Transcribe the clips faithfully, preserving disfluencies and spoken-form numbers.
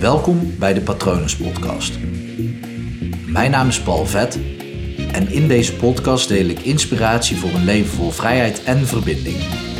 Welkom bij de Patronus Podcast. Mijn naam is Paul Vet en in deze podcast deel ik inspiratie voor een leven vol vrijheid en verbinding.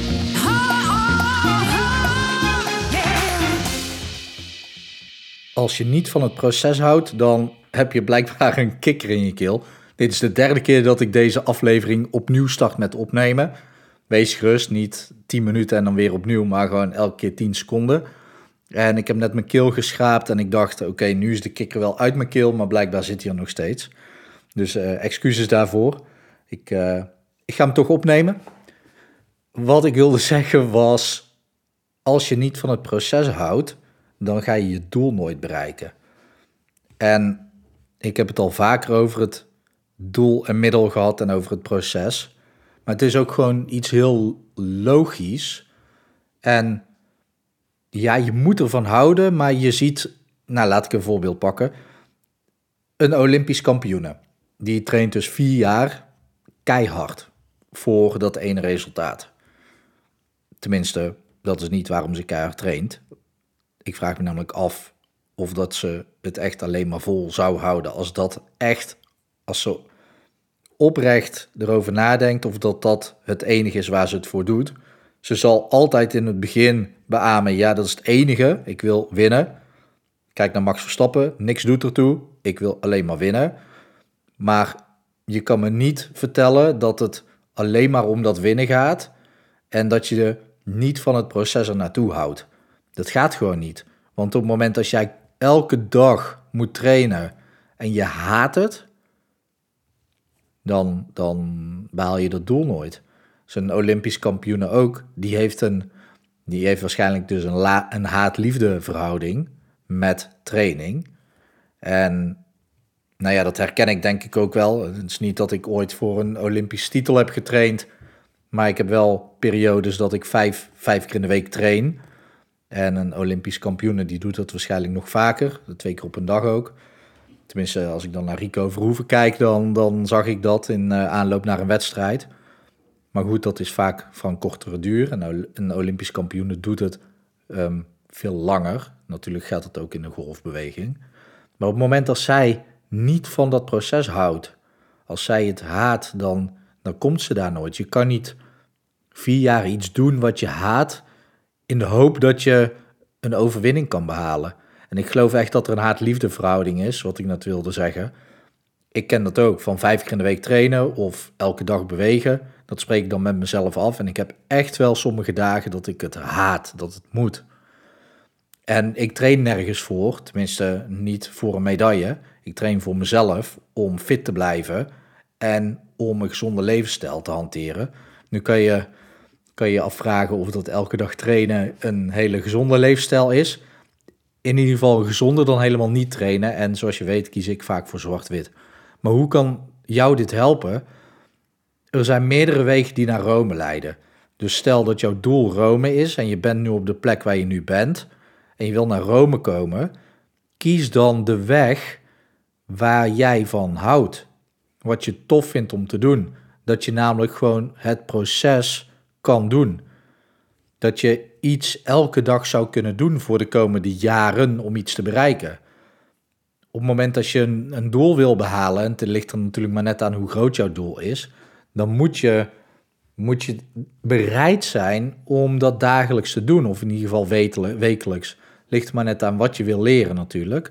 Als je niet van het proces houdt, dan heb je blijkbaar een kikker in je keel. Dit is de derde keer dat ik deze aflevering opnieuw start met opnemen. Wees gerust, niet tien minuten en dan weer opnieuw, maar gewoon elke keer tien seconden. En ik heb net mijn keel geschraapt en ik dacht, oké, okay, nu is de kikker wel uit mijn keel, maar blijkbaar zit hij er nog steeds. Dus uh, excuses daarvoor. Ik, uh, ik ga hem toch opnemen. Wat ik wilde zeggen was, als je niet van het proces houdt, dan ga je je doel nooit bereiken. En ik heb het al vaker over het doel en middel gehad en over het proces. Maar het is ook gewoon iets heel logisch. En ja, je moet ervan houden, maar je ziet, nou laat ik een voorbeeld pakken. Een Olympisch kampioene, die traint dus vier jaar keihard voor dat ene resultaat. Tenminste, dat is niet waarom ze keihard traint. Ik vraag me namelijk af of dat ze het echt alleen maar vol zou houden als dat echt, als ze oprecht erover nadenkt of dat dat het enige is waar ze het voor doet. Ze zal altijd in het begin beamen, ja, dat is het enige, ik wil winnen. Kijk naar Max Verstappen, niks doet ertoe, ik wil alleen maar winnen. Maar je kan me niet vertellen dat het alleen maar om dat winnen gaat en dat je er niet van het proces er naartoe houdt. Dat gaat gewoon niet. Want op het moment dat jij elke dag moet trainen en je haat het, dan, dan behaal je dat doel nooit. Zo'n Olympisch kampioen ook, die heeft, een, die heeft waarschijnlijk dus een, la, een haat-liefde verhouding met training. En nou ja, dat herken ik denk ik ook wel. Het is niet dat ik ooit voor een Olympische titel heb getraind, maar ik heb wel periodes dat ik vijf, vijf keer in de week train. En een Olympisch kampioen die doet dat waarschijnlijk nog vaker, twee keer op een dag ook. Tenminste, als ik dan naar Rico Verhoeven kijk, dan, dan zag ik dat in uh, aanloop naar een wedstrijd. Maar goed, dat is vaak van kortere duur. En een Olympisch kampioen doet het um, veel langer. Natuurlijk gaat het ook in de golfbeweging. Maar op het moment dat zij niet van dat proces houdt, als zij het haat, dan, dan komt ze daar nooit. Je kan niet vier jaar iets doen wat je haat in de hoop dat je een overwinning kan behalen. En ik geloof echt dat er een haat-liefde verhouding is, wat ik net wilde zeggen. Ik ken dat ook, van vijf keer in de week trainen of elke dag bewegen. Dat spreek ik dan met mezelf af. En ik heb echt wel sommige dagen dat ik het haat, dat het moet. En ik train nergens voor, tenminste niet voor een medaille. Ik train voor mezelf om fit te blijven en om een gezonde levensstijl te hanteren. Nu kan je kan je afvragen of dat elke dag trainen een hele gezonde levensstijl is. In ieder geval gezonder dan helemaal niet trainen. En zoals je weet kies ik vaak voor zwart-wit. Maar hoe kan jou dit helpen? Er zijn meerdere wegen die naar Rome leiden. Dus stel dat jouw doel Rome is en je bent nu op de plek waar je nu bent en je wil naar Rome komen, kies dan de weg waar jij van houdt. Wat je tof vindt om te doen. Dat je namelijk gewoon het proces kan doen. Dat je iets elke dag zou kunnen doen voor de komende jaren om iets te bereiken. Op het moment dat je een, een doel wil behalen, en het ligt er natuurlijk maar net aan hoe groot jouw doel is, dan moet je, moet je bereid zijn om dat dagelijks te doen, of in ieder geval wekelijks. Ligt maar net aan wat je wil leren natuurlijk.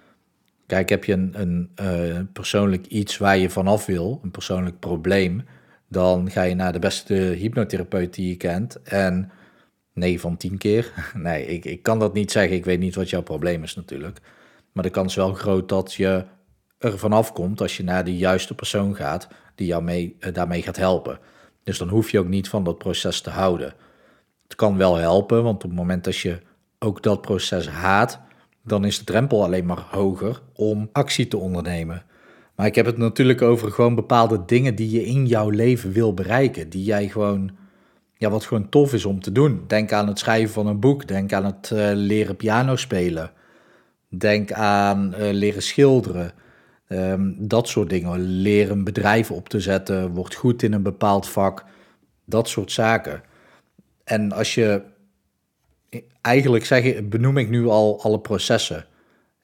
Kijk, heb je een, een uh, persoonlijk iets waar je vanaf wil, een persoonlijk probleem, dan ga je naar de beste hypnotherapeut die je kent en negen van tien keer, nee, ik, ik kan dat niet zeggen, ik weet niet wat jouw probleem is natuurlijk, maar de kans is wel groot dat je er vanaf komt als je naar de juiste persoon gaat die jou mee, uh, daarmee gaat helpen. Dus dan hoef je ook niet van dat proces te houden. Het kan wel helpen, want op het moment dat je ook dat proces haat, dan is de drempel alleen maar hoger om actie te ondernemen. Maar ik heb het natuurlijk over gewoon bepaalde dingen die je in jouw leven wil bereiken. Die jij gewoon, ja, wat gewoon tof is om te doen. Denk aan het schrijven van een boek. Denk aan het uh, leren piano spelen. Denk aan uh, leren schilderen. Um, dat soort dingen. Leren bedrijven op te zetten. Word goed in een bepaald vak. Dat soort zaken. En als je, eigenlijk zeg je, benoem ik nu al alle processen.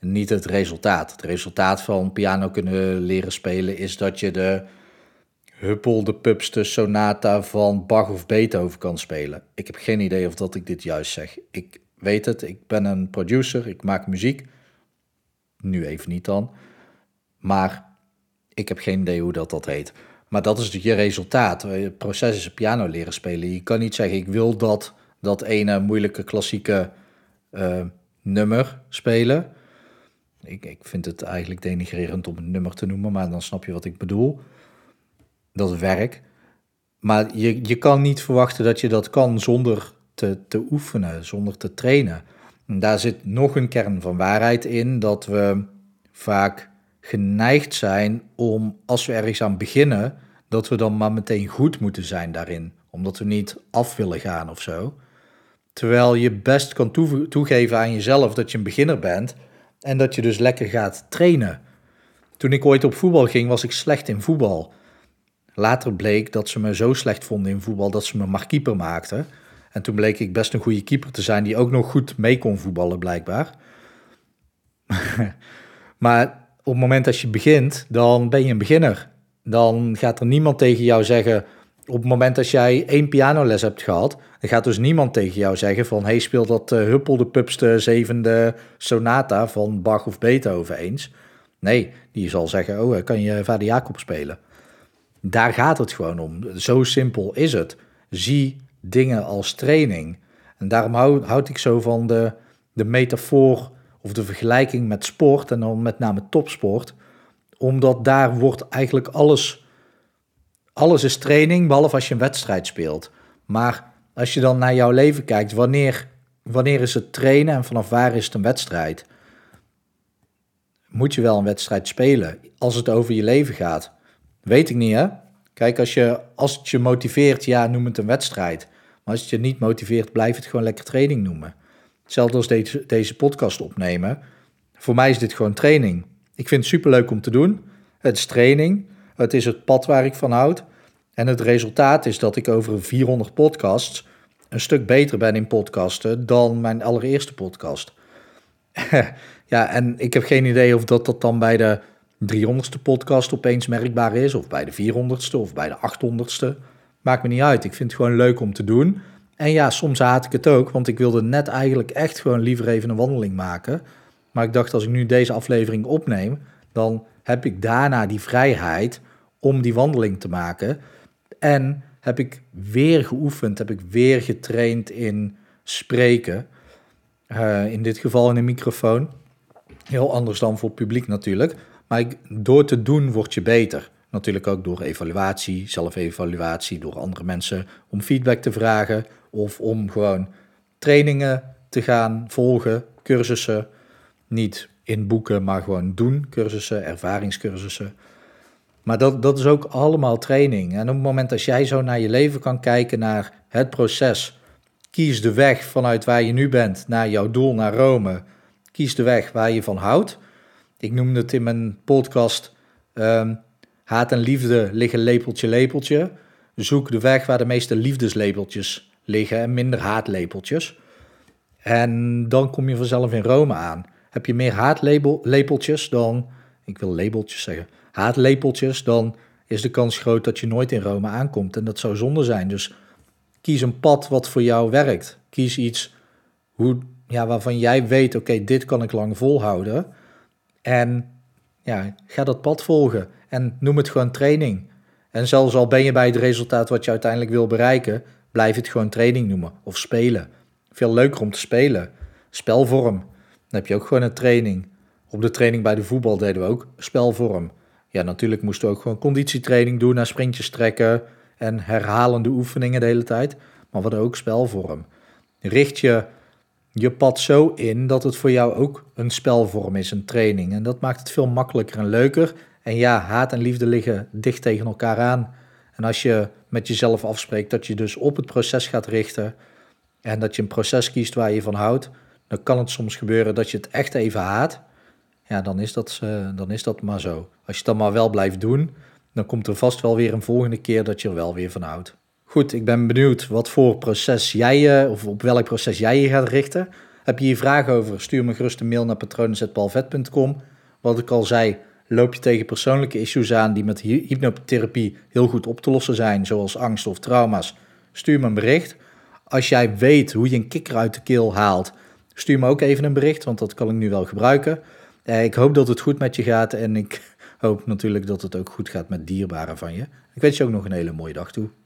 niet het resultaat. Het resultaat van piano kunnen leren spelen is dat je de Huppel de Pupste sonata van Bach of Beethoven kan spelen. Ik heb geen idee of dat ik dit juist zeg. Ik weet het, ik ben een producer, ik maak muziek. Nu even niet dan. Maar ik heb geen idee hoe dat, dat heet. Maar dat is je resultaat. Het proces is piano leren spelen. Je kan niet zeggen, ik wil dat, dat ene moeilijke klassieke uh, nummer spelen. Ik, ik vind het eigenlijk denigrerend om een nummer te noemen, maar dan snap je wat ik bedoel. Dat werk. Maar je, je kan niet verwachten dat je dat kan zonder te, te oefenen, zonder te trainen. En daar zit nog een kern van waarheid in, dat we vaak geneigd zijn om, als we ergens aan beginnen, dat we dan maar meteen goed moeten zijn daarin. Omdat we niet af willen gaan of zo. Terwijl je best kan toe, toegeven aan jezelf dat je een beginner bent en dat je dus lekker gaat trainen. Toen ik ooit op voetbal ging, was ik slecht in voetbal. Later bleek dat ze me zo slecht vonden in voetbal dat ze me maar keeper maakten. En toen bleek ik best een goede keeper te zijn die ook nog goed mee kon voetballen blijkbaar. Maar op het moment dat je begint, dan ben je een beginner. Dan gaat er niemand tegen jou zeggen, op het moment dat jij één pianoles hebt gehad, dan gaat dus niemand tegen jou zeggen van, hey, speel dat uh, Huppel de Pupste zevende sonata van Bach of Beethoven eens. Nee, die zal zeggen, oh, kan je Vader Jacob spelen? Daar gaat het gewoon om. Zo simpel is het. Zie dingen als training. En daarom houd, houd ik zo van de, de metafoor of de vergelijking met sport en dan met name topsport. Omdat daar wordt eigenlijk alles, alles is training, behalve als je een wedstrijd speelt. Maar als je dan naar jouw leven kijkt, wanneer, wanneer is het trainen en vanaf waar is het een wedstrijd? Moet je wel een wedstrijd spelen als het over je leven gaat? Weet ik niet, hè? Kijk, als, je, als het je motiveert, ja, noem het een wedstrijd. Maar als het je niet motiveert, blijf het gewoon lekker training noemen. Hetzelfde als deze, deze podcast opnemen. Voor mij is dit gewoon training. Ik vind het superleuk om te doen. Het is training. Het is het pad waar ik van houd. En het resultaat is dat ik over vierhonderd podcasts een stuk beter ben in podcasten dan mijn allereerste podcast. Ja, en ik heb geen idee of dat, dat dan bij de driehonderdste podcast opeens merkbaar is, of bij de vierhonderdste, of bij de achthonderdste. Maakt me niet uit. Ik vind het gewoon leuk om te doen. En ja, soms haat ik het ook, want ik wilde net eigenlijk echt gewoon liever even een wandeling maken. Maar ik dacht, als ik nu deze aflevering opneem, dan heb ik daarna die vrijheid om die wandeling te maken. En heb ik weer geoefend, heb ik weer getraind in spreken. Uh, in dit geval in een microfoon. Heel anders dan voor het publiek natuurlijk. Maar ik, door te doen word je beter. Natuurlijk ook door evaluatie, zelfevaluatie, door andere mensen om feedback te vragen. Of om gewoon trainingen te gaan volgen, cursussen. Niet in boeken, maar gewoon doen, cursussen, ervaringscursussen. Maar dat, dat is ook allemaal training. En op het moment dat jij zo naar je leven kan kijken, naar het proces. Kies de weg vanuit waar je nu bent naar jouw doel, naar Rome. Kies de weg waar je van houdt. Ik noemde het in mijn podcast, um, haat en liefde liggen lepeltje, lepeltje. Zoek de weg waar de meeste liefdeslepeltjes liggen en minder haatlepeltjes. En dan kom je vanzelf in Rome aan. Heb je meer haatlepeltjes dan, ik wil labeltjes zeggen, haatlepeltjes, dan is de kans groot dat je nooit in Rome aankomt. En dat zou zonde zijn. Dus kies een pad wat voor jou werkt. Kies iets hoe, ja, waarvan jij weet, oké, okay, dit kan ik lang volhouden. En ja, ga dat pad volgen. En noem het gewoon training. En zelfs al ben je bij het resultaat wat je uiteindelijk wil bereiken, blijf het gewoon training noemen. Of spelen. Veel leuker om te spelen. Spelvorm. Dan heb je ook gewoon een training. Op de training bij de voetbal deden we ook spelvorm. Ja, natuurlijk moesten we ook gewoon conditietraining doen, naar sprintjes trekken en herhalende oefeningen de hele tijd. Maar we hadden ook spelvorm. Richt je je pad zo in dat het voor jou ook een spelvorm is, een training. En dat maakt het veel makkelijker en leuker. En ja, haat en liefde liggen dicht tegen elkaar aan. En als je met jezelf afspreekt dat je dus op het proces gaat richten en dat je een proces kiest waar je van houdt, dan kan het soms gebeuren dat je het echt even haat. Ja, dan is dat, uh, dan is dat maar zo. Als je het dan maar wel blijft doen, dan komt er vast wel weer een volgende keer dat je er wel weer van houdt. Goed, ik ben benieuwd wat voor proces jij, uh, of op welk proces jij je gaat richten. Heb je hier vragen over, stuur me gerust een mail naar patronen apenstaartje paul vet punt com. Wat ik al zei, loop je tegen persoonlijke issues aan die met hy- hypnotherapie heel goed op te lossen zijn, zoals angst of trauma's, stuur me een bericht. Als jij weet hoe je een kikker uit de keel haalt, stuur me ook even een bericht, want dat kan ik nu wel gebruiken. Eh, ik hoop dat het goed met je gaat en ik hoop natuurlijk dat het ook goed gaat met dierbaren van je. Ik wens je ook nog een hele mooie dag toe.